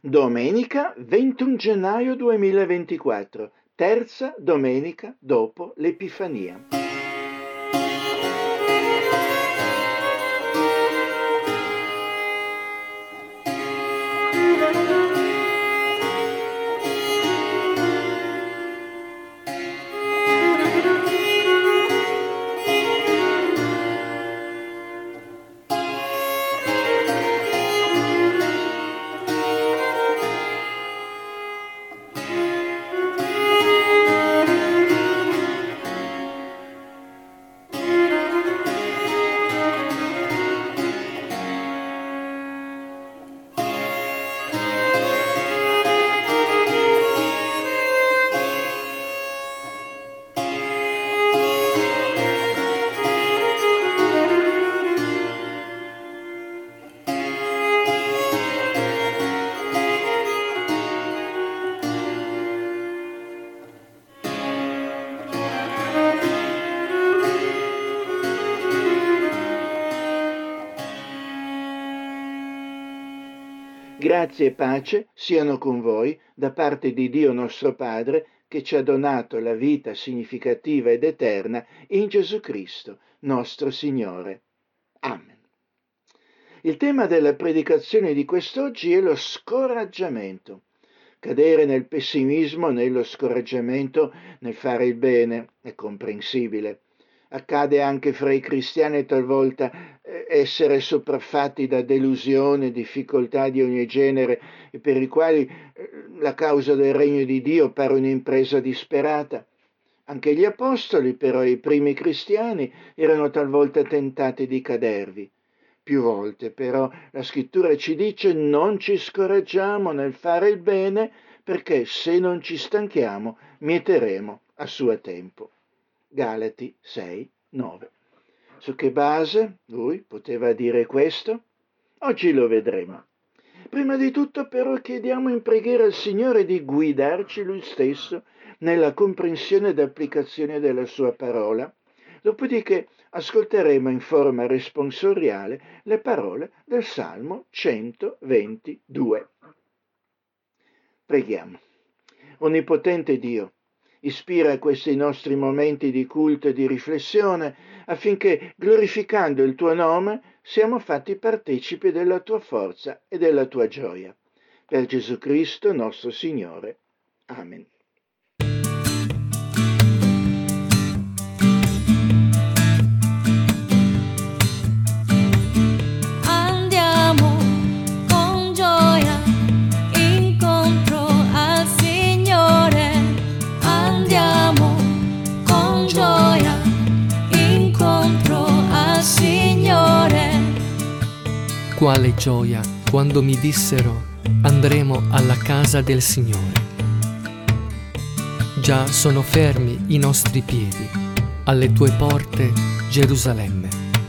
Domenica 21 gennaio 2024, terza domenica dopo l'Epifania. Grazie e pace siano con voi da parte di Dio nostro Padre, che ci ha donato la vita significativa ed eterna in Gesù Cristo, nostro Signore. Amen. Il tema della predicazione di quest'oggi è lo scoraggiamento. Cadere nel pessimismo, nello scoraggiamento, nel fare il bene è comprensibile. Accade anche fra i cristiani talvolta essere sopraffatti da delusione, difficoltà di ogni genere, per i quali la causa del regno di Dio pare un'impresa disperata. Anche gli apostoli, però, i primi cristiani, erano talvolta tentati di cadervi. Più volte, però, la scrittura ci dice: non ci scoraggiamo nel fare il bene, perché se non ci stanchiamo, mieteremo a suo tempo. Galati 6, 9. Su che base lui poteva dire questo? Oggi lo vedremo. Prima di tutto però chiediamo in preghiera al Signore di guidarci Lui stesso nella comprensione ed applicazione della sua parola. Dopodiché ascolteremo in forma responsoriale le parole del Salmo 122. Preghiamo. Onnipotente Dio, ispira questi nostri momenti di culto e di riflessione affinché, glorificando il tuo nome, siamo fatti partecipi della tua forza e della tua gioia. Per Gesù Cristo nostro Signore. Amen. Andiamo con gioia incontro al Signore. Andiamo con gioia incontro al Signore. Quale gioia quando mi dissero: andremo alla casa del Signore. Già sono fermi i nostri piedi alle tue porte, Gerusalemme.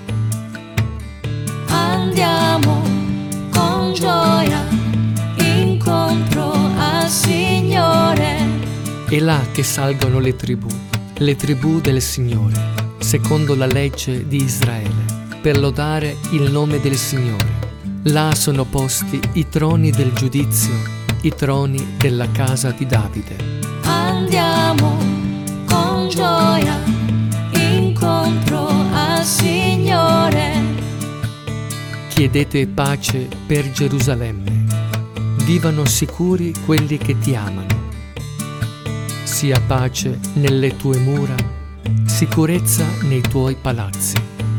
Andiamo con gioia incontro al Signore. È là che salgono le tribù del Signore, secondo la legge di Israele, per lodare il nome del Signore. Là sono posti i troni del giudizio, i troni della casa di Davide. Andiamo con gioia incontro al Signore. Chiedete pace per Gerusalemme. Vivano sicuri quelli che ti amano. Sia pace nelle tue mura, sicurezza nei tuoi palazzi.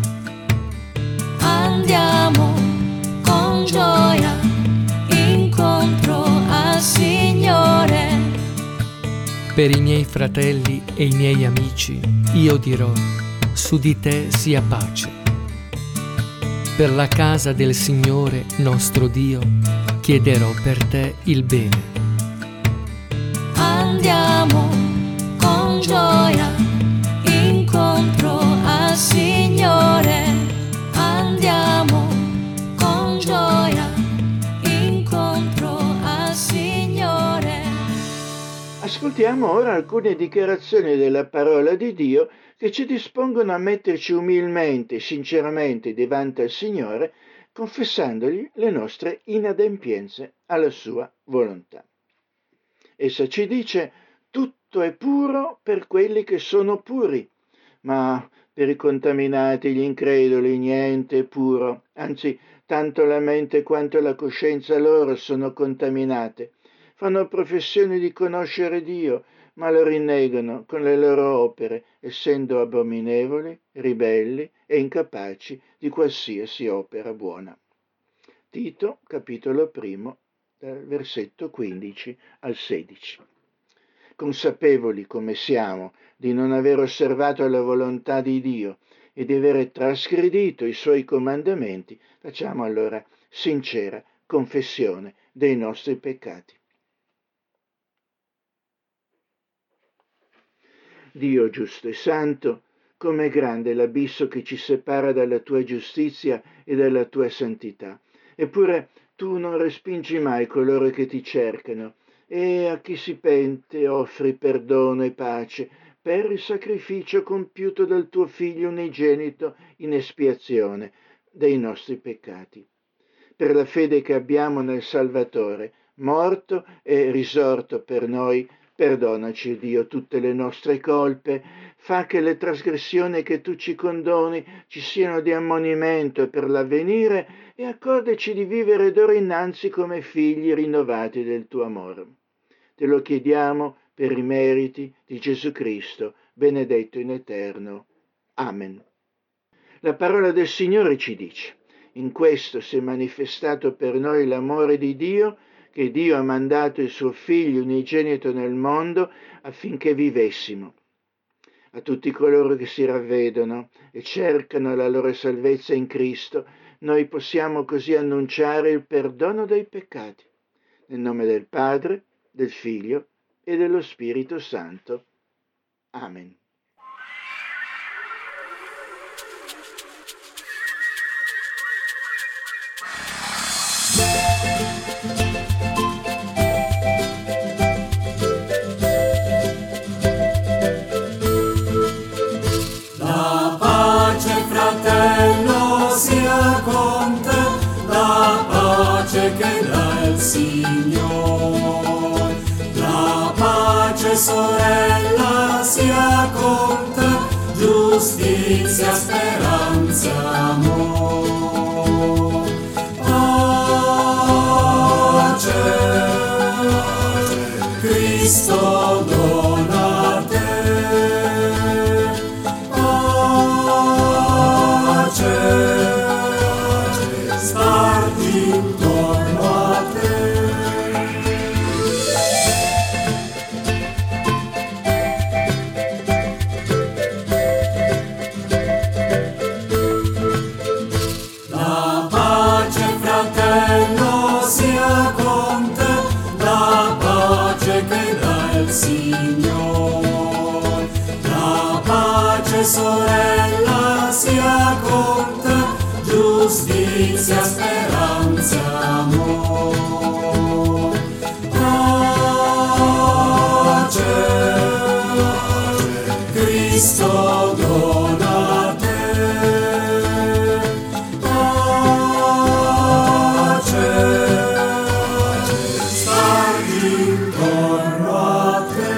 Andiamo con gioia incontro al Signore. Per i miei fratelli e i miei amici io dirò: su di te sia pace. Per la casa del Signore nostro Dio chiederò per te il bene. Andiamo con gioia incontro al Signore. Andiamo con gioia incontro al Signore. Ascoltiamo ora alcune dichiarazioni della parola di Dio che ci dispongono a metterci umilmente, sinceramente davanti al Signore confessandogli le nostre inadempienze alla sua volontà. Essa ci dice: tutto è puro per quelli che sono puri, ma per i contaminati, gli increduli, niente è puro, anzi tanto la mente quanto la coscienza loro sono contaminate. Fanno professione di conoscere Dio, ma lo rinnegano con le loro opere, essendo abominevoli, ribelli e incapaci di qualsiasi opera buona. Tito, capitolo 1, dal versetto 15 al 16. Consapevoli come siamo di non aver osservato la volontà di Dio e di aver trasgredito i suoi comandamenti, facciamo allora sincera confessione dei nostri peccati. Dio giusto e santo, com'è grande l'abisso che ci separa dalla tua giustizia e dalla tua santità. Eppure tu non respingi mai coloro che ti cercano, e a chi si pente offri perdono e pace per il sacrificio compiuto dal tuo Figlio unigenito in espiazione dei nostri peccati. Per la fede che abbiamo nel Salvatore, morto e risorto per noi, perdonaci, Dio, tutte le nostre colpe, fa che le trasgressioni che tu ci condoni ci siano di ammonimento e per l'avvenire, e accordaci di vivere d'ora innanzi come figli rinnovati del tuo amore. Te lo chiediamo per i meriti di Gesù Cristo, benedetto in eterno. Amen. La parola del Signore ci dice: in questo si è manifestato per noi l'amore di Dio, che Dio ha mandato il suo Figlio unigenito nel mondo affinché vivessimo. A tutti coloro che si ravvedono e cercano la loro salvezza in Cristo, noi possiamo così annunciare il perdono dei peccati. Nel nome del Padre, del Figlio e dello Spirito Santo. Amen. La pace, fratello, sia con te, la pace che dà il Signore. La pace, sorella, sia con te, giustizia, speranza, amore. Pace, Cristo dona a te. Starti intorno a te. La pace, fratello, sia con te, la pace che dà il Signore. La pace, sorella, sia con te, giustizia, speranza, amore. Pace, Cristo dona a te. Pace, starti intorno a te.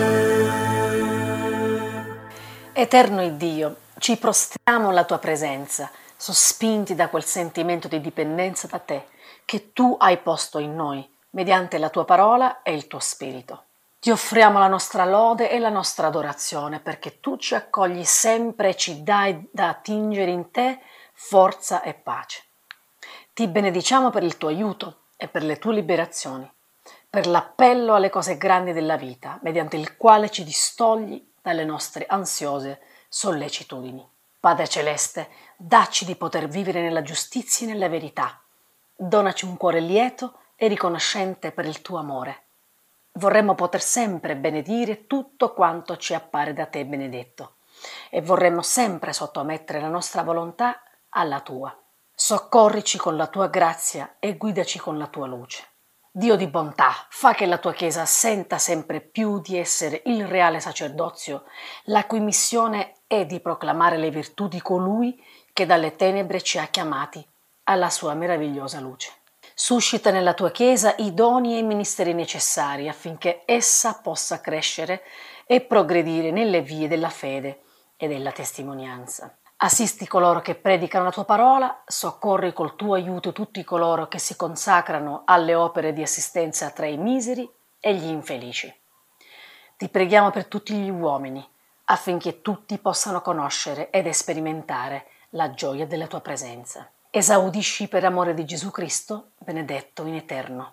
Eterno Iddio, ci prostriamo alla tua presenza, sospinti da quel sentimento di dipendenza da te che tu hai posto in noi mediante la tua parola e il tuo spirito. Ti offriamo la nostra lode e la nostra adorazione perché tu ci accogli sempre e ci dai da attingere in te forza e pace. Ti benediciamo per il tuo aiuto e per le tue liberazioni, per l'appello alle cose grandi della vita mediante il quale ci distogli dalle nostre ansiose sollecitudini. Padre Celeste, dacci di poter vivere nella giustizia e nella verità. Donaci un cuore lieto e riconoscente per il tuo amore. Vorremmo poter sempre benedire tutto quanto ci appare da te benedetto e vorremmo sempre sottomettere la nostra volontà alla tua. Soccorrici con la tua grazia e guidaci con la tua luce. Dio di bontà, fa che la tua Chiesa senta sempre più di essere il reale sacerdozio, la cui missione è di proclamare le virtù di colui che dalle tenebre ci ha chiamati alla sua meravigliosa luce. Suscita nella tua Chiesa i doni e i ministeri necessari affinché essa possa crescere e progredire nelle vie della fede e della testimonianza. Assisti coloro che predicano la tua parola, soccorri col tuo aiuto tutti coloro che si consacrano alle opere di assistenza tra i miseri e gli infelici. Ti preghiamo per tutti gli uomini, affinché tutti possano conoscere ed sperimentare la gioia della tua presenza. Esaudisci per amore di Gesù Cristo, benedetto in eterno.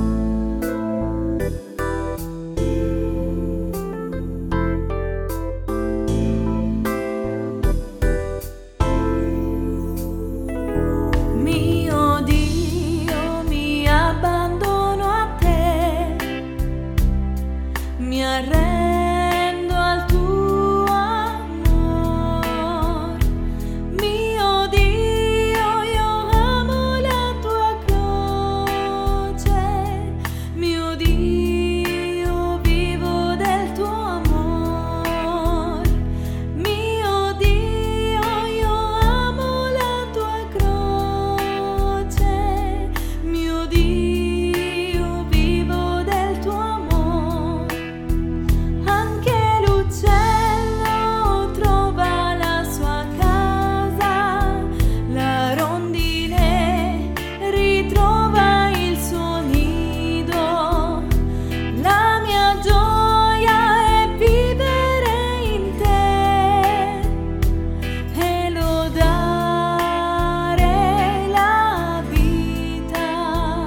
Mio Dio, mi abbandono a te, mi arrendo al tuo amor. Mio Dio, io amo la tua croce. Mio Dio, vivo del tuo amor. Mio Dio, io amo la tua croce. Mio Dio, vivo del tuo amor. Anche l'uccello trova la sua casa, la rondine ritrova il suo nido. La mia gioia è vivere in te e lodare la vita.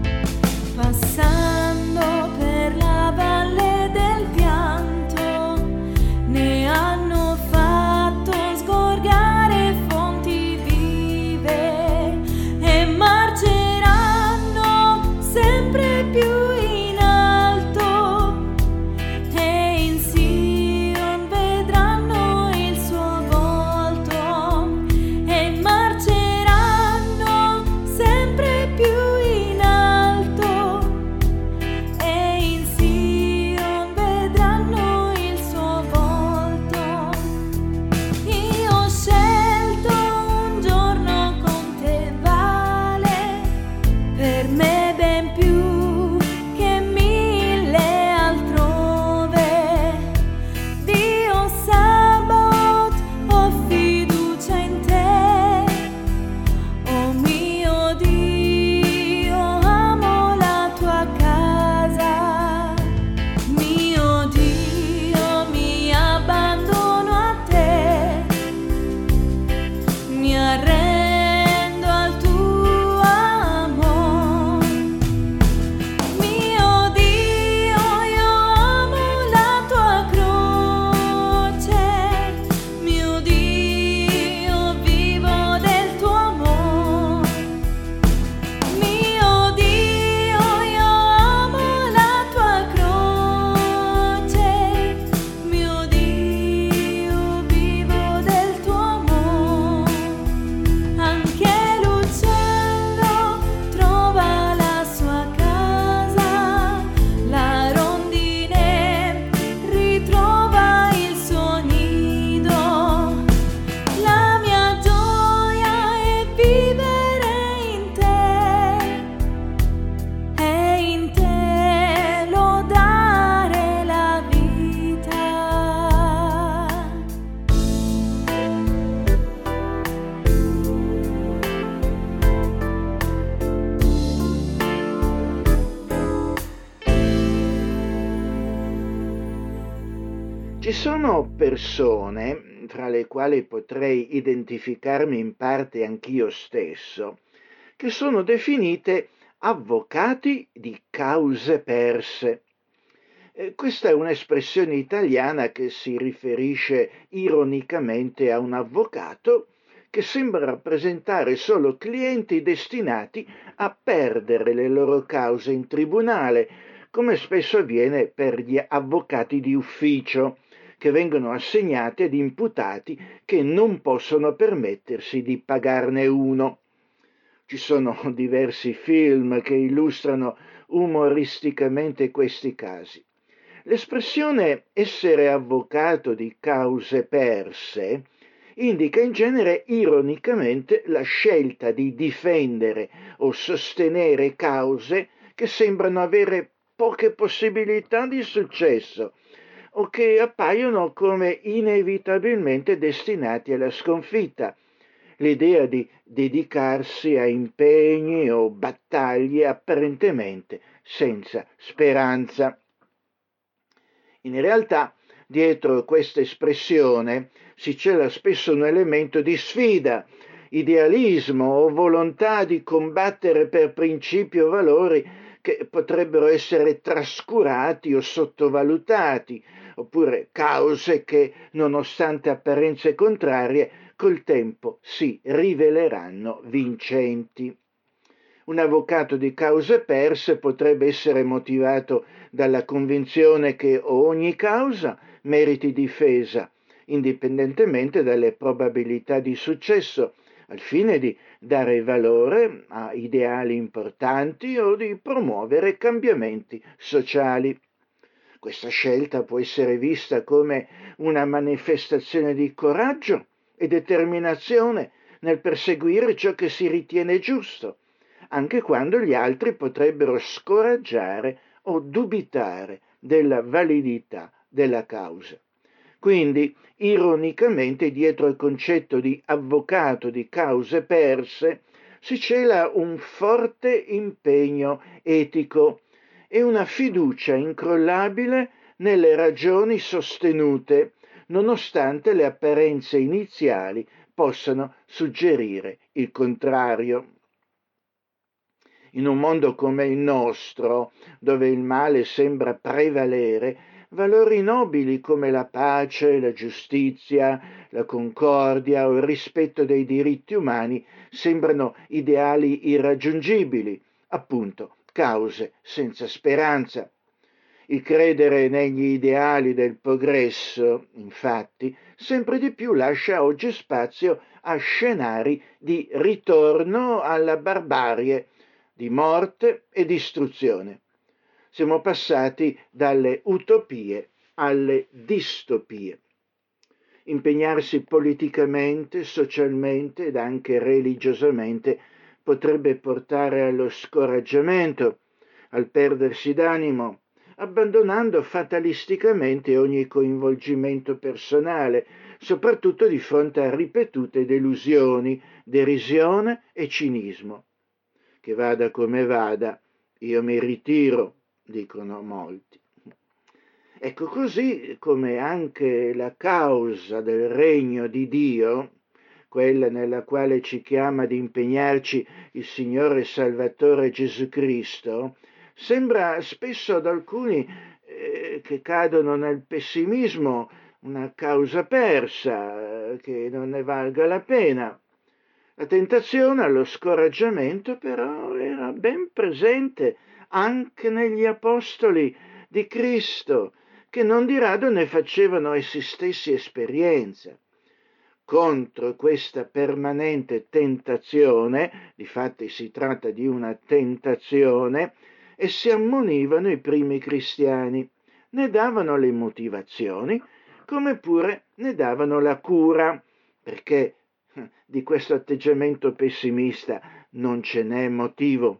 Passando per la valle del pianto, ne hanno fatto sgorgare fonti vive e marceranno sempre più in alto, e in Sion vedranno il suo volto, e marceranno sempre più in alto, e in Sion vedranno il suo volto. Io ho scelto un giorno con te, vale per me ben più che 1000 altrove. Dio Sabbath, ho fiducia in te. Oh mio Dio, amo la tua casa. Mio Dio, mi abbandono a te, mi arrendo al tuo amor. Mio Dio, io amo la tua croce. Mio Dio, vivo del tuo amor. Mio Dio, io amo la tua croce. Mio Dio, vivo del tuo amor. Anche l'uccello trova la sua casa, la rondine ritrova il suo nido. La mia gioia è vivere in te e in te lodare la vita. Ci sono persone, tra le quali potrei identificarmi in parte anch'io stesso, che sono definite avvocati di cause perse. Questa è un'espressione italiana che si riferisce ironicamente a un avvocato che sembra rappresentare solo clienti destinati a perdere le loro cause in tribunale, come spesso avviene per gli avvocati di ufficio, che vengono assegnati ad imputati che non possono permettersi di pagarne uno. Ci sono diversi film che illustrano umoristicamente questi casi. L'espressione essere avvocato di cause perse indica in genere ironicamente la scelta di difendere o sostenere cause che sembrano avere poche possibilità di successo o che appaiono come inevitabilmente destinati alla sconfitta. L'idea di dedicarsi a impegni o battaglie apparentemente senza speranza. In realtà, dietro questa espressione si cela spesso un elemento di sfida, idealismo o volontà di combattere per principi o valori che potrebbero essere trascurati o sottovalutati, oppure cause che, nonostante apparenze contrarie, col tempo si riveleranno vincenti. Un avvocato di cause perse potrebbe essere motivato dalla convinzione che ogni causa meriti difesa, indipendentemente dalle probabilità di successo, al fine di dare valore a ideali importanti o di promuovere cambiamenti sociali. Questa scelta può essere vista come una manifestazione di coraggio e determinazione nel perseguire ciò che si ritiene giusto, anche quando gli altri potrebbero scoraggiare o dubitare della validità della causa. Quindi, ironicamente, dietro il concetto di avvocato di cause perse si cela un forte impegno etico e una fiducia incrollabile nelle ragioni sostenute, nonostante le apparenze iniziali possano suggerire il contrario. In un mondo come il nostro, dove il male sembra prevalere, valori nobili come la pace, la giustizia, la concordia o il rispetto dei diritti umani sembrano ideali irraggiungibili, appunto, cause senza speranza. Il credere negli ideali del progresso, infatti, sempre di più lascia oggi spazio a scenari di ritorno alla barbarie, di morte e distruzione. Siamo passati dalle utopie alle distopie. Impegnarsi politicamente, socialmente ed anche religiosamente potrebbe portare allo scoraggiamento, al perdersi d'animo, abbandonando fatalisticamente ogni coinvolgimento personale, soprattutto di fronte a ripetute delusioni, derisione e cinismo. Che vada come vada, io mi ritiro, dicono molti. Ecco, così come anche la causa del regno di Dio, quella nella quale ci chiama ad impegnarci il Signore Salvatore Gesù Cristo, sembra spesso ad alcuni che cadono nel pessimismo una causa persa, che non ne valga la pena. La tentazione allo scoraggiamento però era ben presente anche negli apostoli di Cristo, che non di rado ne facevano essi stessi esperienza. Contro questa permanente tentazione, difatti si tratta di una tentazione, essi ammonivano i primi cristiani, ne davano le motivazioni, come pure ne davano la cura, perché di questo atteggiamento pessimista non ce n'è motivo.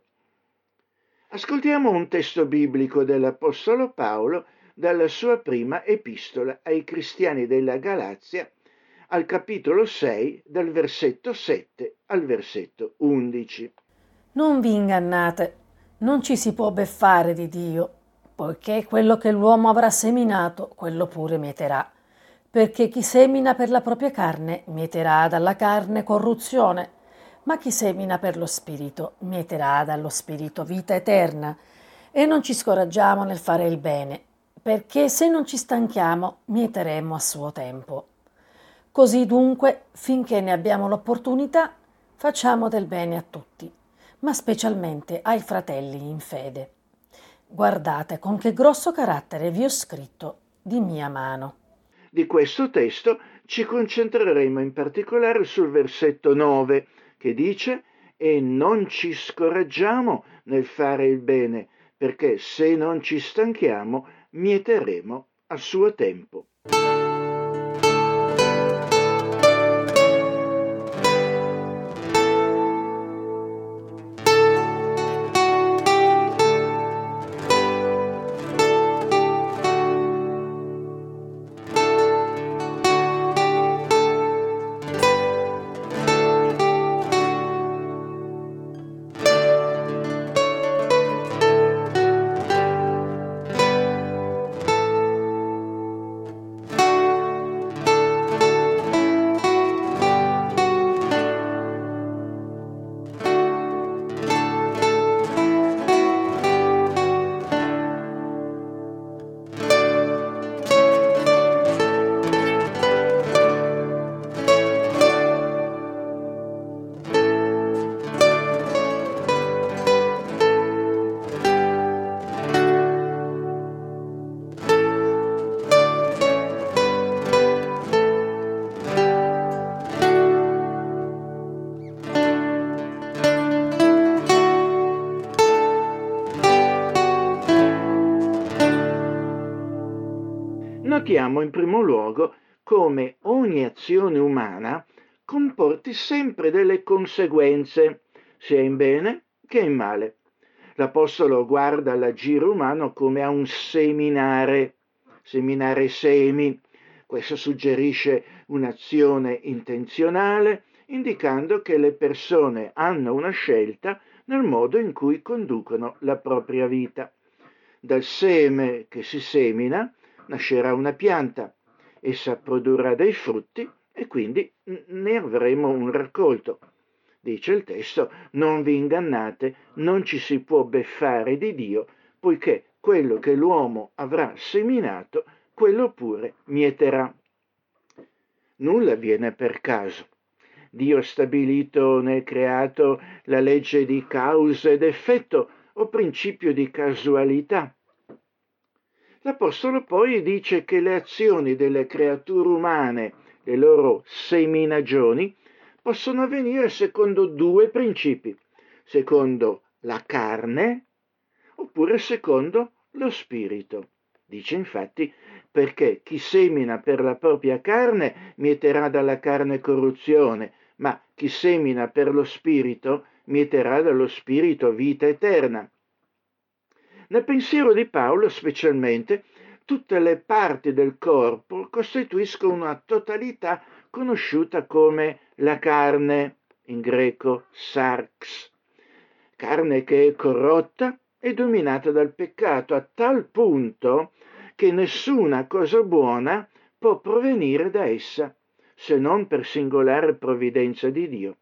Ascoltiamo un testo biblico dell'Apostolo Paolo dalla sua prima epistola ai cristiani della Galazia, al capitolo 6, dal versetto 7 al versetto 11. Non vi ingannate, non ci si può beffare di Dio, poiché quello che l'uomo avrà seminato, quello pure mieterà. Perché chi semina per la propria carne, mieterà dalla carne corruzione, ma chi semina per lo Spirito, mieterà dallo Spirito vita eterna. E non ci scoraggiamo nel fare il bene, perché se non ci stanchiamo, mieteremo a suo tempo. Così dunque, finché ne abbiamo l'opportunità, facciamo del bene a tutti, ma specialmente ai fratelli in fede. Guardate con che grosso carattere vi ho scritto di mia mano. Di questo testo ci concentreremo in particolare sul versetto 9, che dice: «E non ci scoraggiamo nel fare il bene, perché se non ci stanchiamo, mieteremo a suo tempo». notiamo in primo luogo come ogni azione umana comporti sempre delle conseguenze, sia in bene che in male. L'Apostolo guarda l'agire umano come a un seminare semi. Questo suggerisce un'azione intenzionale, indicando che le persone hanno una scelta nel modo in cui conducono la propria vita. Dal seme che si semina nascerà una pianta, essa produrrà dei frutti e quindi ne avremo un raccolto. Dice il testo: non vi ingannate, non ci si può beffare di Dio, poiché quello che l'uomo avrà seminato, quello pure mieterà. Nulla viene per caso. Dio ha stabilito nel creato la legge di causa ed effetto o principio di casualità. L'Apostolo poi dice che le azioni delle creature umane, le loro seminagioni, possono avvenire secondo due principi: secondo la carne oppure secondo lo spirito. Dice infatti: perché chi semina per la propria carne mieterà dalla carne corruzione, ma chi semina per lo spirito mieterà dallo spirito vita eterna. Nel pensiero di Paolo, specialmente, tutte le parti del corpo costituiscono una totalità conosciuta come la carne, in greco sarx, carne che è corrotta e dominata dal peccato, a tal punto che nessuna cosa buona può provenire da essa, se non per singolare provvidenza di Dio.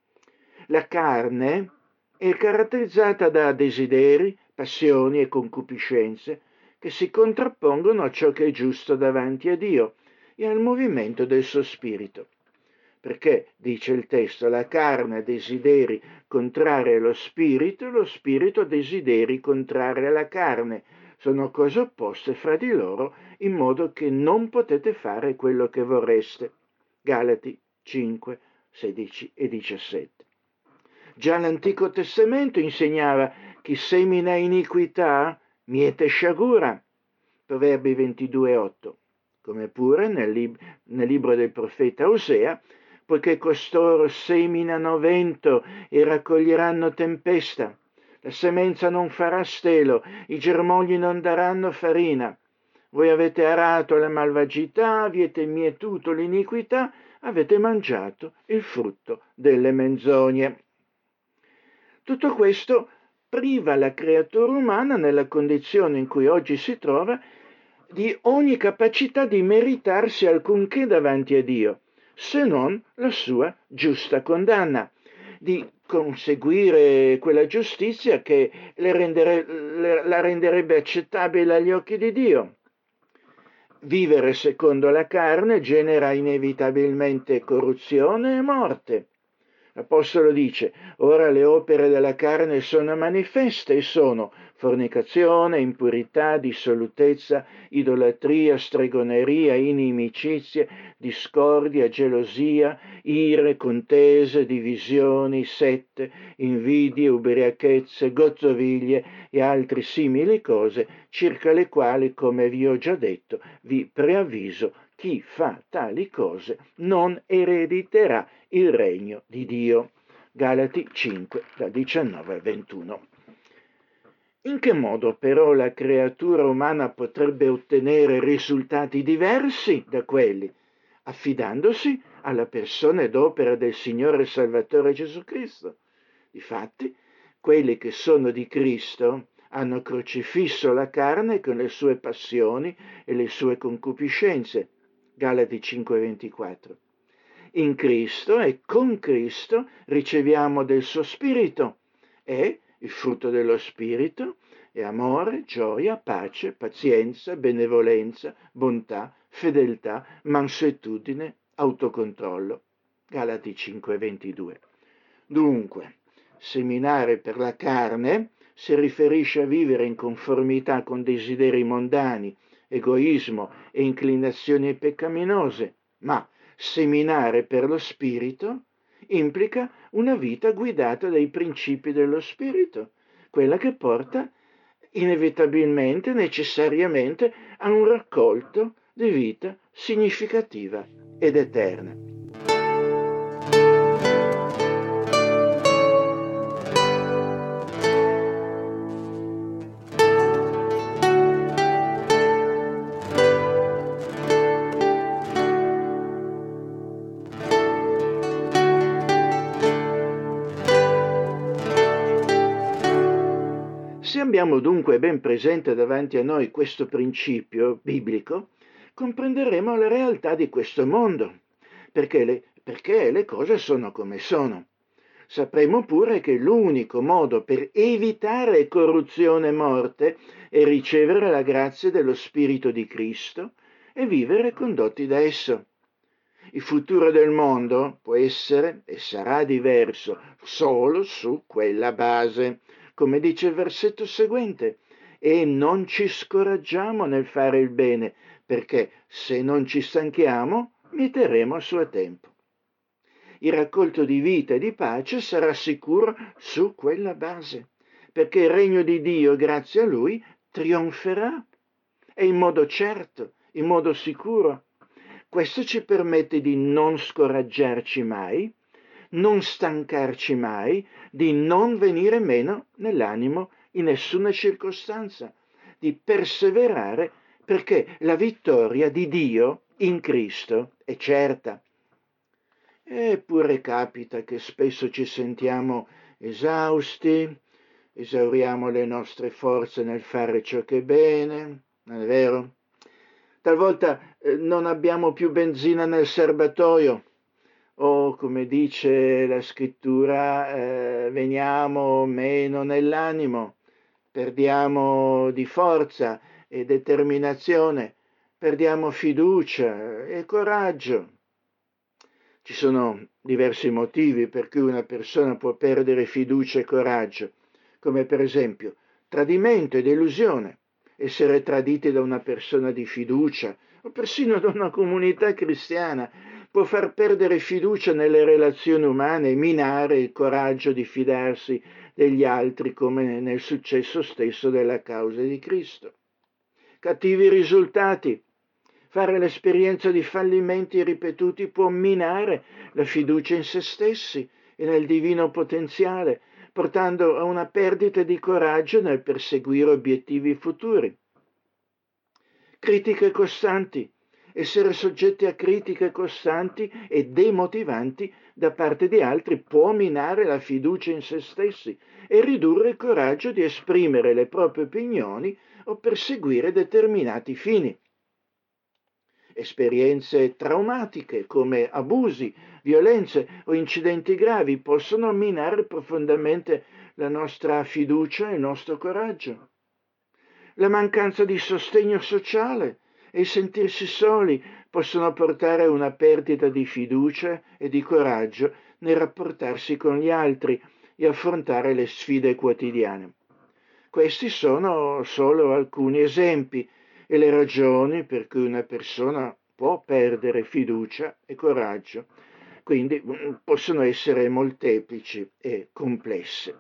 La carne è caratterizzata da desideri, passioni e concupiscenze che si contrappongono a ciò che è giusto davanti a Dio e al movimento del suo spirito. Perché, dice il testo, la carne ha desideri contrari allo spirito e lo spirito ha desideri contrari alla carne. Sono cose opposte fra di loro, in modo che non potete fare quello che vorreste. Galati 5, 16 e 17. Già l'Antico Testamento insegnava: chi semina iniquità miete sciagura. Proverbi 22,8. Come pure nel libro del profeta Osea: poiché costoro seminano vento e raccoglieranno tempesta. La semenza non farà stelo, i germogli non daranno farina. Voi avete arato la malvagità, avete mietuto l'iniquità, avete mangiato il frutto delle menzogne. Tutto questo priva la creatura umana, nella condizione in cui oggi si trova, di ogni capacità di meritarsi alcunché davanti a Dio, se non la sua giusta condanna, di conseguire quella giustizia che la renderebbe accettabile agli occhi di Dio. Vivere secondo la carne genera inevitabilmente corruzione e morte. L'Apostolo dice: ora le opere della carne sono manifeste e sono fornicazione, impurità, dissolutezza, idolatria, stregoneria, inimicizie, discordia, gelosia, ire, contese, divisioni, sette, invidie, ubriachezze, gozzoviglie e altre simili cose, circa le quali, come vi ho già detto, vi preavviso: chi fa tali cose non erediterà il regno di Dio. Galati 5, da 19 a 21. In che modo però la creatura umana potrebbe ottenere risultati diversi da quelli? Affidandosi alla persona ed opera del Signore Salvatore Gesù Cristo. Difatti, quelli che sono di Cristo hanno crocifisso la carne con le sue passioni e le sue concupiscenze. Galati 5,24. In Cristo e con Cristo riceviamo del suo Spirito e il frutto dello Spirito è amore, gioia, pace, pazienza, benevolenza, bontà, fedeltà, mansuetudine, autocontrollo. Galati 5,22. Dunque, seminare per la carne si riferisce a vivere in conformità con desideri mondani, egoismo e inclinazioni peccaminose, ma seminare per lo spirito implica una vita guidata dai principi dello spirito, quella che porta inevitabilmente, necessariamente, a un raccolto di vita significativa ed eterna. Se abbiamo dunque ben presente davanti a noi questo principio biblico, comprenderemo la realtà di questo mondo, perché le cose sono come sono. Sapremo pure che l'unico modo per evitare corruzione e morte è ricevere la grazia dello Spirito di Cristo e vivere condotti da esso. Il futuro del mondo può essere e sarà diverso solo su quella base, come dice il versetto seguente, e non ci scoraggiamo nel fare il bene, perché se non ci stanchiamo, mieteremo a suo tempo. Il raccolto di vita e di pace sarà sicuro su quella base, perché il regno di Dio, grazie a Lui, trionferà, e in modo certo, in modo sicuro. Questo ci permette di non scoraggiarci mai, non stancarci mai, di non venire meno nell'animo in nessuna circostanza, di perseverare perché la vittoria di Dio in Cristo è certa. Eppure capita che spesso ci sentiamo esausti, esauriamo le nostre forze nel fare ciò che è bene, non è vero? Talvolta non abbiamo più benzina nel serbatoio o, come dice la scrittura, veniamo meno nell'animo, perdiamo di forza e determinazione, perdiamo fiducia e coraggio. Ci sono diversi motivi per cui una persona può perdere fiducia e coraggio, come per esempio tradimento e delusione. Essere traditi da una persona di fiducia o persino da una comunità cristiana può far perdere fiducia nelle relazioni umane e minare il coraggio di fidarsi degli altri, come nel successo stesso della causa di Cristo. Cattivi risultati. Fare l'esperienza di fallimenti ripetuti può minare la fiducia in se stessi e nel divino potenziale, portando a una perdita di coraggio nel perseguire obiettivi futuri. Critiche costanti. Essere soggetti a critiche costanti e demotivanti da parte di altri può minare la fiducia in se stessi e ridurre il coraggio di esprimere le proprie opinioni o perseguire determinati fini. Esperienze traumatiche come abusi, violenze o incidenti gravi possono minare profondamente la nostra fiducia e il nostro coraggio. La mancanza di sostegno sociale e il sentirsi soli possono portare a una perdita di fiducia e di coraggio nel rapportarsi con gli altri e affrontare le sfide quotidiane. Questi sono solo alcuni esempi e le ragioni per cui una persona può perdere fiducia e coraggio, quindi possono essere molteplici e complesse.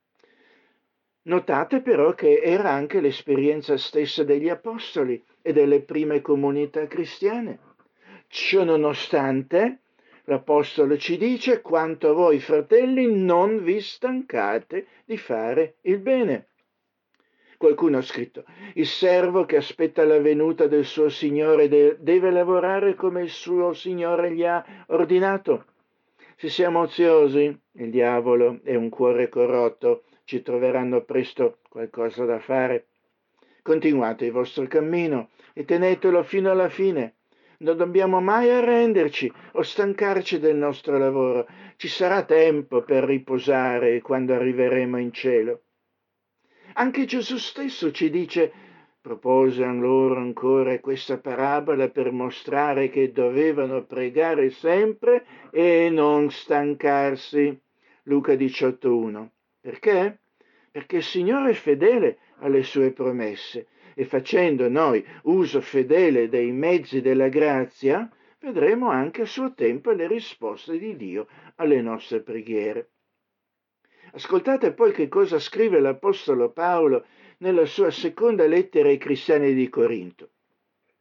Notate però che era anche l'esperienza stessa degli apostoli e delle prime comunità cristiane. Ciononostante, l'apostolo ci dice: quanto a voi, fratelli, non vi stancate di fare il bene. Qualcuno ha scritto: il servo che aspetta la venuta del suo Signore deve lavorare come il suo Signore gli ha ordinato. Se siamo oziosi, il diavolo e un cuore corrotto ci troveranno presto qualcosa da fare. Continuate il vostro cammino e tenetelo fino alla fine. Non dobbiamo mai arrenderci o stancarci del nostro lavoro. Ci sarà tempo per riposare quando arriveremo in cielo. Anche Gesù stesso ci dice: propose loro ancora questa parabola per mostrare che dovevano pregare sempre e non stancarsi. Luca 18,1. Perché? Perché il Signore è fedele alle sue promesse e facendo noi uso fedele dei mezzi della grazia, vedremo anche a suo tempo le risposte di Dio alle nostre preghiere. Ascoltate poi che cosa scrive l'Apostolo Paolo nella sua seconda lettera ai cristiani di Corinto.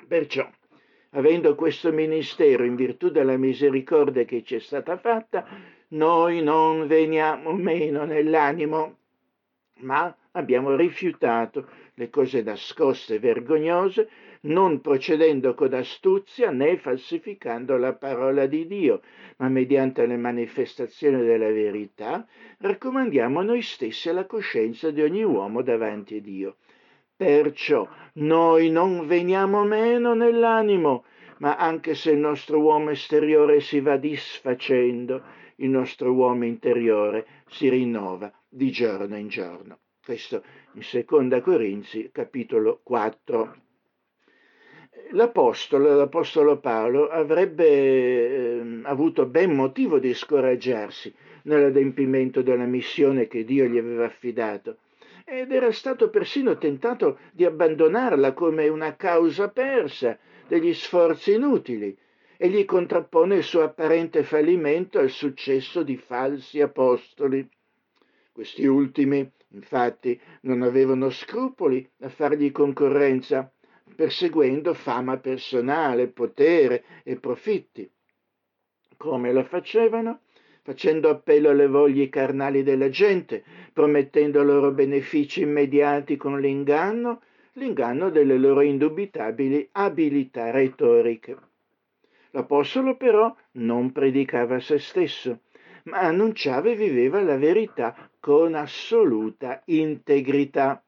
Perciò, avendo questo ministero in virtù della misericordia che ci è stata fatta, noi non veniamo meno nell'animo, ma abbiamo rifiutato le cose nascoste e vergognose, non procedendo con astuzia né falsificando la parola di Dio, ma mediante le manifestazioni della verità, raccomandiamo noi stessi alla coscienza di ogni uomo davanti a Dio. Perciò noi non veniamo meno nell'animo, ma anche se il nostro uomo esteriore si va disfacendo, il nostro uomo interiore si rinnova di giorno in giorno. Questo in Seconda Corinzi, capitolo 4. L'Apostolo Paolo avrebbe avuto ben motivo di scoraggiarsi nell'adempimento della missione che Dio gli aveva affidato, ed era stato persino tentato di abbandonarla come una causa persa, degli sforzi inutili, e gli contrappone il suo apparente fallimento al successo di falsi apostoli. Questi ultimi, infatti, non avevano scrupoli a fargli concorrenza, perseguendo fama personale, potere e profitti. Come lo facevano? Facendo appello alle voglie carnali della gente, promettendo loro benefici immediati con l'inganno delle loro indubitabili abilità retoriche. L'Apostolo però non predicava se stesso, ma annunciava e viveva la verità con assoluta integrità.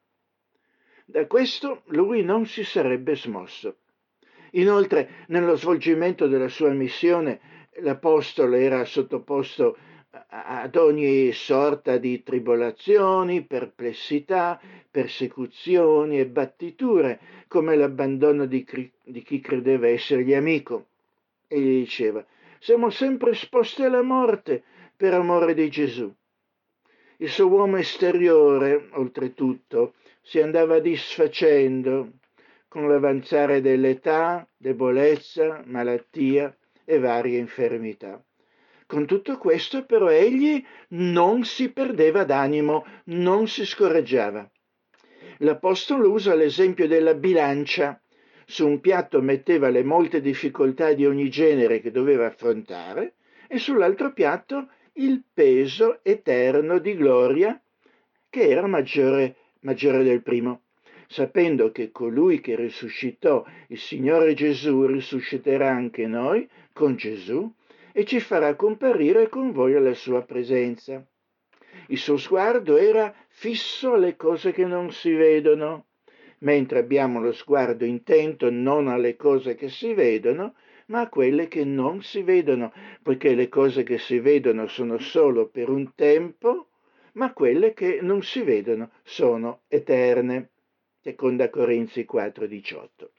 Da questo lui non si sarebbe smosso. Inoltre, nello svolgimento della sua missione, l'Apostolo era sottoposto ad ogni sorta di tribolazioni, perplessità, persecuzioni e battiture, come l'abbandono di chi credeva essergli amico. Egli diceva: siamo sempre esposti alla morte per amore di Gesù. Il suo uomo esteriore, oltretutto, si andava disfacendo con l'avanzare dell'età, debolezza, malattia e varie infermità. Con tutto questo, però, egli non si perdeva d'animo, non si scoraggiava. L'Apostolo usa l'esempio della bilancia. Su un piatto metteva le molte difficoltà di ogni genere che doveva affrontare e sull'altro piatto il peso eterno di gloria che era maggiore del primo, sapendo che colui che risuscitò il Signore Gesù risusciterà anche noi con Gesù e ci farà comparire con voi alla sua presenza. Il suo sguardo era fisso alle cose che non si vedono, mentre abbiamo lo sguardo intento non alle cose che si vedono, ma a quelle che non si vedono, poiché le cose che si vedono sono solo per un tempo, ma quelle che non si vedono sono eterne. Seconda Corinzi 4,18.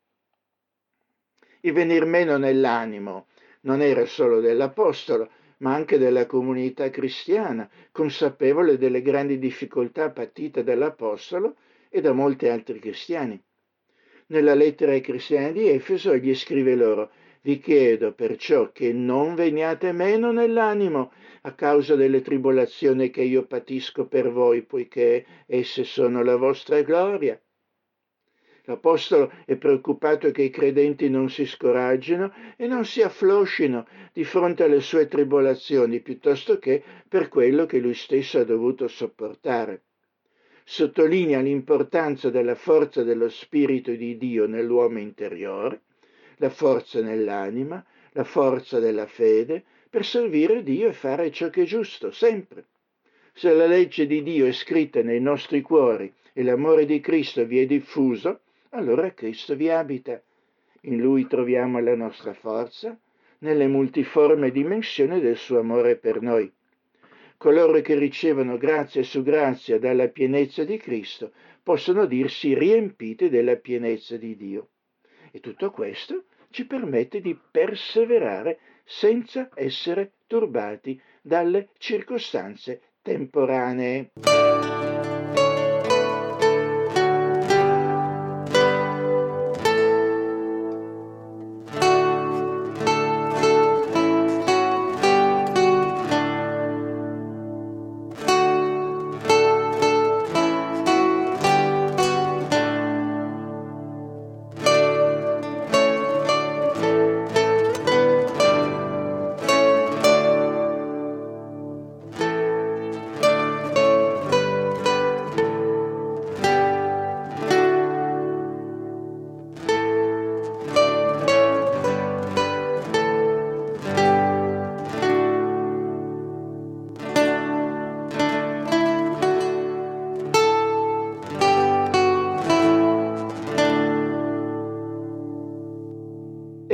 Il venir meno nell'animo non era solo dell'Apostolo, ma anche della comunità cristiana, consapevole delle grandi difficoltà patite dall'Apostolo e da molti altri cristiani. Nella lettera ai cristiani di Efeso egli scrive loro: vi chiedo perciò che non veniate meno nell'animo a causa delle tribolazioni che io patisco per voi, poiché esse sono la vostra gloria. L'Apostolo è preoccupato che i credenti non si scoraggino e non si affloscino di fronte alle sue tribolazioni, piuttosto che per quello che lui stesso ha dovuto sopportare. Sottolinea l'importanza della forza dello Spirito di Dio nell'uomo interiore, la forza nell'anima, la forza della fede, per servire Dio e fare ciò che è giusto, sempre. Se la legge di Dio è scritta nei nostri cuori e l'amore di Cristo vi è diffuso, allora Cristo vi abita. In Lui troviamo la nostra forza, nelle multiforme dimensioni del suo amore per noi. Coloro che ricevono grazia su grazia dalla pienezza di Cristo possono dirsi riempiti della pienezza di Dio. E tutto questo ci permette di perseverare senza essere turbati dalle circostanze temporanee.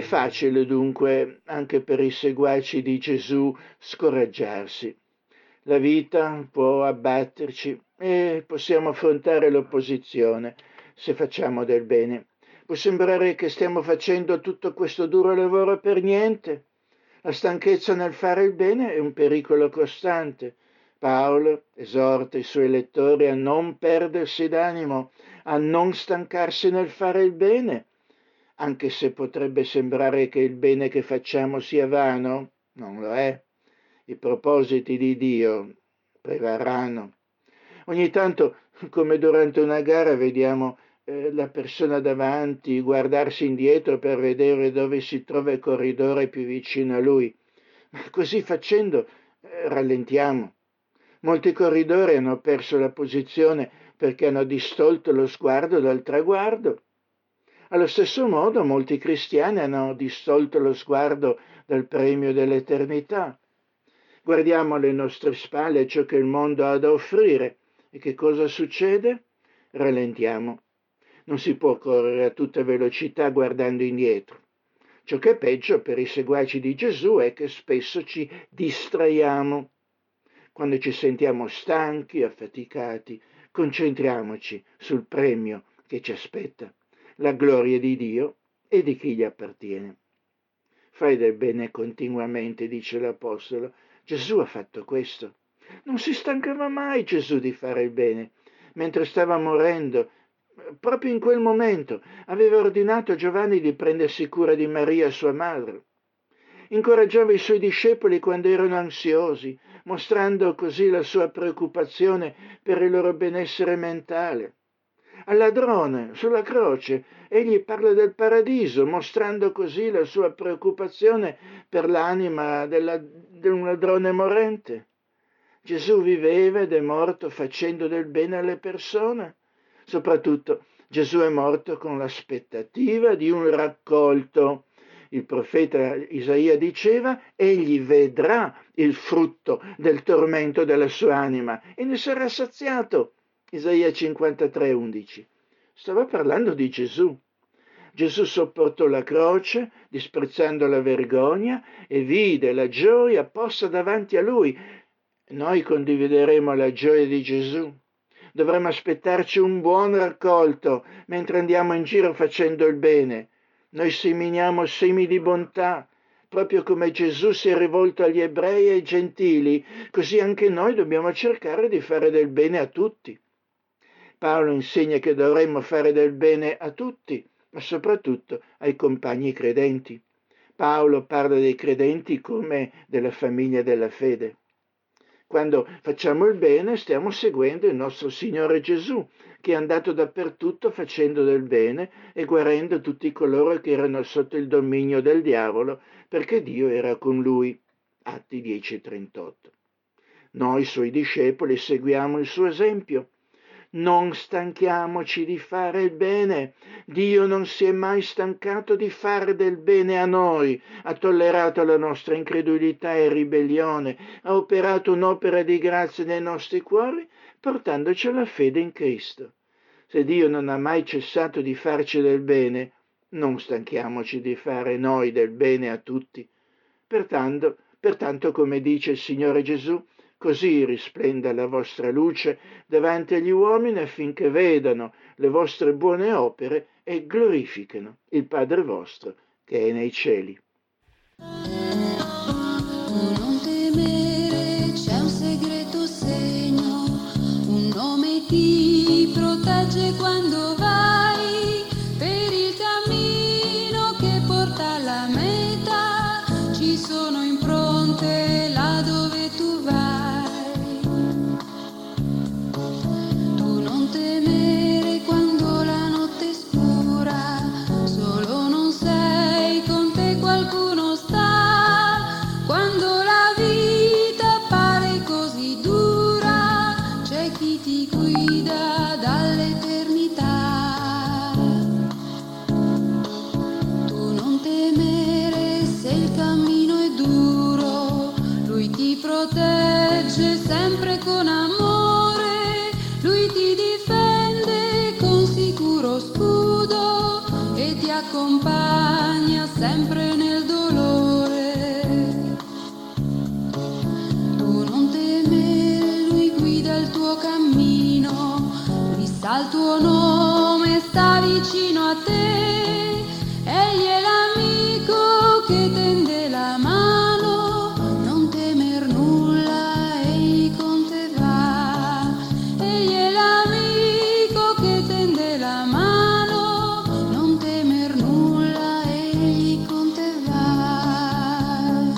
facile dunque anche per i seguaci di Gesù scoraggiarsi. La vita può abbatterci e possiamo affrontare l'opposizione se facciamo del bene. Può sembrare che stiamo facendo tutto questo duro lavoro per niente. La stanchezza nel fare il bene è un pericolo costante. Paolo esorta i suoi lettori a non perdersi d'animo, a non stancarsi nel fare il bene, anche se potrebbe sembrare che il bene che facciamo sia vano, non lo è. I propositi di Dio prevarranno. Ogni tanto, come durante una gara, vediamo la persona davanti guardarsi indietro per vedere dove si trova il corridore più vicino a lui. Così facendo rallentiamo. Molti corridori hanno perso la posizione perché hanno distolto lo sguardo dal traguardo. Allo stesso modo molti cristiani hanno distolto lo sguardo dal premio dell'eternità. Guardiamo alle nostre spalle ciò che il mondo ha da offrire e che cosa succede? Rallentiamo. Non si può correre a tutta velocità guardando indietro. Ciò che è peggio per i seguaci di Gesù è che spesso ci distraiamo. Quando ci sentiamo stanchi, affaticati, concentriamoci sul premio che ci aspetta, la gloria di Dio e di chi gli appartiene. Fai del bene continuamente, dice l'Apostolo. Gesù ha fatto questo. Non si stancava mai Gesù di fare il bene. Mentre stava morendo, proprio in quel momento, aveva ordinato a Giovanni di prendersi cura di Maria, sua madre. Incoraggiava i suoi discepoli quando erano ansiosi, mostrando così la sua preoccupazione per il loro benessere mentale. Al ladrone, sulla croce, egli parla del paradiso, mostrando così la sua preoccupazione per l'anima di un ladrone morente. Gesù viveva ed è morto facendo del bene alle persone. Soprattutto, Gesù è morto con l'aspettativa di un raccolto. Il profeta Isaia diceva: egli vedrà il frutto del tormento della sua anima e ne sarà saziato. Isaia 53,11. Stava parlando di Gesù. Gesù sopportò la croce, disprezzando la vergogna, e vide la gioia posta davanti a lui. Noi condivideremo la gioia di Gesù. Dovremmo aspettarci un buon raccolto mentre andiamo in giro facendo il bene. Noi seminiamo semi di bontà, proprio come Gesù si è rivolto agli ebrei e ai gentili, così anche noi dobbiamo cercare di fare del bene a tutti. Paolo insegna che dovremmo fare del bene a tutti, ma soprattutto ai compagni credenti. Paolo parla dei credenti come della famiglia della fede. Quando facciamo il bene stiamo seguendo il nostro Signore Gesù, che è andato dappertutto facendo del bene e guarendo tutti coloro che erano sotto il dominio del diavolo, perché Dio era con lui. Atti 10,38. Noi, suoi discepoli, seguiamo il suo esempio. Non stanchiamoci di fare il bene. Dio non si è mai stancato di fare del bene a noi, ha tollerato la nostra incredulità e ribellione, ha operato un'opera di grazia nei nostri cuori, portandoci alla fede in Cristo. Se Dio non ha mai cessato di farci del bene, non stanchiamoci di fare noi del bene a tutti. Pertanto, come dice il Signore Gesù, così risplenda la vostra luce davanti agli uomini affinché vedano le vostre buone opere e glorifichino il Padre vostro che è nei cieli. Non temere, c'è un segreto segno, un nome ti protegge quando vai per il cammino che porta alla meta. Ci sono impronte là dove tu vai. Tu non temere quando la notte è scura, solo non sei con te, qualcuno sta. Quando la vita pare così dura, c'è chi ti guida dall'eternità. Tu non temere se il cammino è duro, lui ti protegge sempre con amore, lui ti difende con sicuro scudo e ti accompagna sempre nel dolore. Tu non temere, lui guida il tuo cammino, lui sa il tuo nome, sta vicino a te. Egli è l'amico che tende la mano, non temer nulla, egli con te va. Egli è l'amico che tende la mano, non temer nulla, egli con te va.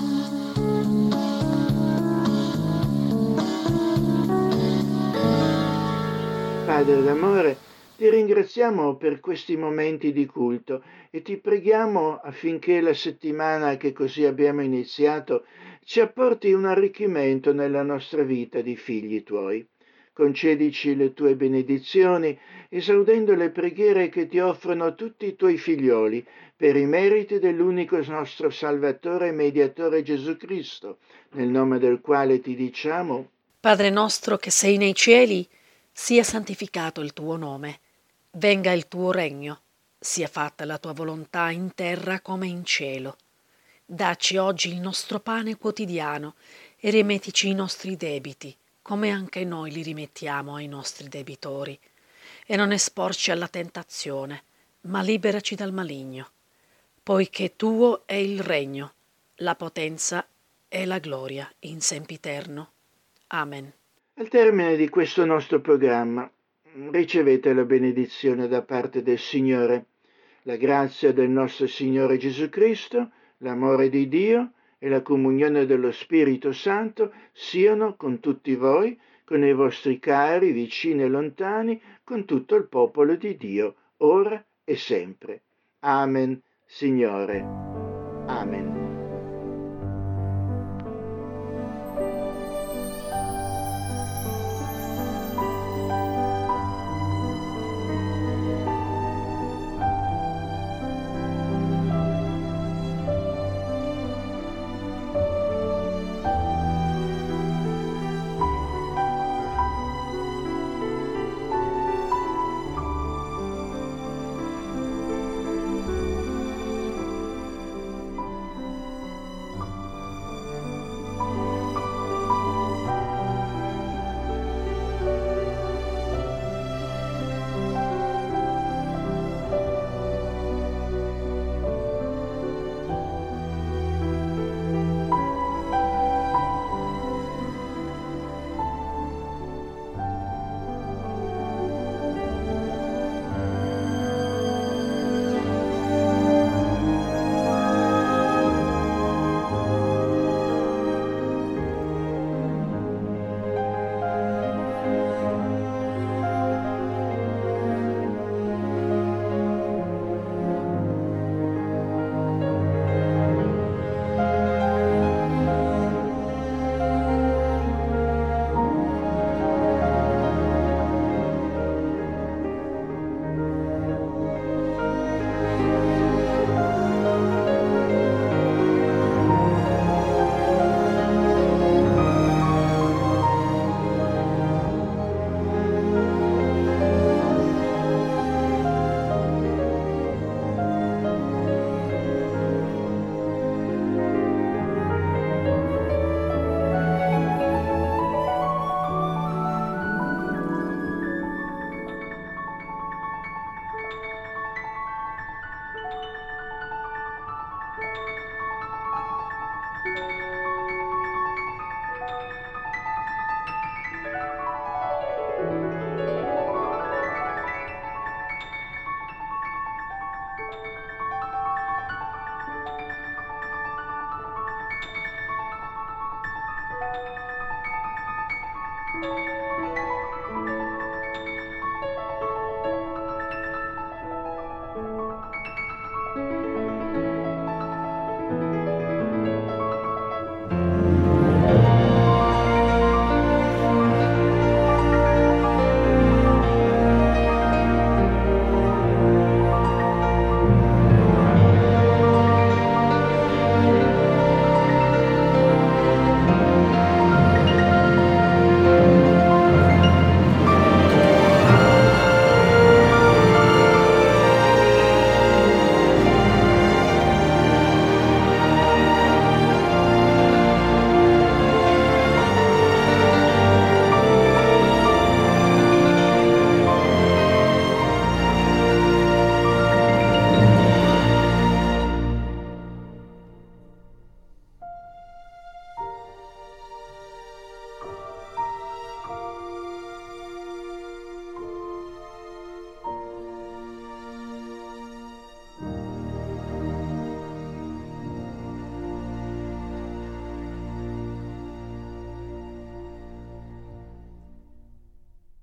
Padre d'amore, ti ringraziamo per questi momenti di culto e ti preghiamo affinché la settimana che così abbiamo iniziato ci apporti un arricchimento nella nostra vita di figli tuoi. Concedici le tue benedizioni, esaudendo le preghiere che ti offrono tutti i tuoi figlioli, per i meriti dell'unico nostro Salvatore e Mediatore Gesù Cristo, nel nome del quale ti diciamo: Padre nostro che sei nei cieli, sia santificato il tuo nome. Venga il tuo regno, sia fatta la tua volontà in terra come in cielo. Dacci oggi il nostro pane quotidiano e rimettici i nostri debiti, come anche noi li rimettiamo ai nostri debitori. E non esporci alla tentazione, ma liberaci dal maligno, poiché tuo è il regno, la potenza e la gloria in sempiterno. Amen. Al termine di questo nostro programma ricevete la benedizione da parte del Signore, la grazia del nostro Signore Gesù Cristo, l'amore di Dio e la comunione dello Spirito Santo siano con tutti voi, con i vostri cari, vicini e lontani, con tutto il popolo di Dio, ora e sempre. Amen, Signore. Amen.